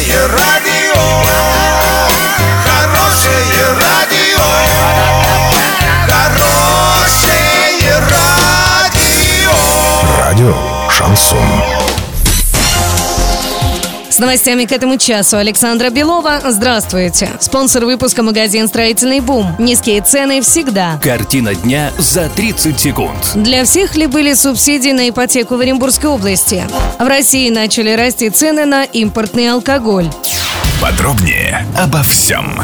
Хорошее радио, хорошее радио, хорошее радио. Радио Шансон. С новостями к этому часу Александра Белова. Здравствуйте. Спонсор выпуска — магазин «Строительный бум». Низкие цены всегда. Картина дня за 30 секунд. Для всех ли были субсидии на ипотеку в Оренбургской области? В России начали расти цены на импортный алкоголь. Подробнее обо всем.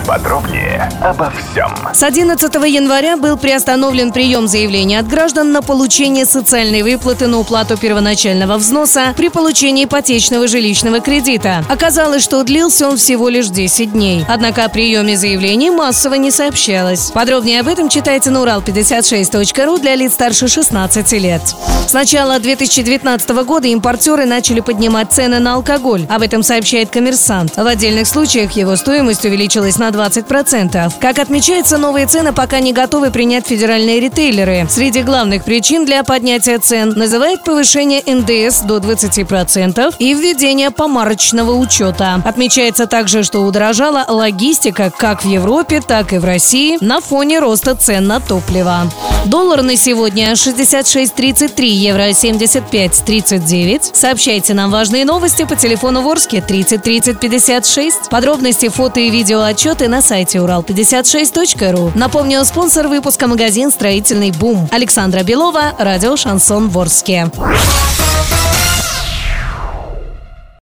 С 11 января был приостановлен прием заявлений от граждан на получение социальной выплаты на уплату первоначального взноса при получении ипотечного жилищного кредита. Оказалось, что длился он всего лишь 10 дней. Однако о приеме заявлений массово не сообщалось. Подробнее об этом читайте на урал56.ру для лиц старше 16 лет. С начала 2019 года импортеры начали поднимать цены на алкоголь. Об этом сообщает «Коммерсант». В отдельных случаях его стоимость увеличилась на 20%. Как отмечается, новые цены пока не готовы принять федеральные ритейлеры. Среди главных причин для поднятия цен называют повышение НДС до 20% и введение помарочного учета. Отмечается также, что удорожала логистика как в Европе, так и в России на фоне роста цен на топливо. Доллар на сегодня 66.33, евро 75.39. Сообщайте нам важные новости по телефону Ворске 30 30 56. Подробности, фото и видео отчеты на сайте урал56.ру. Напомню, спонсор выпуска — магазин «Строительный бум». Александра Белова, радио «Шансон» Ворске.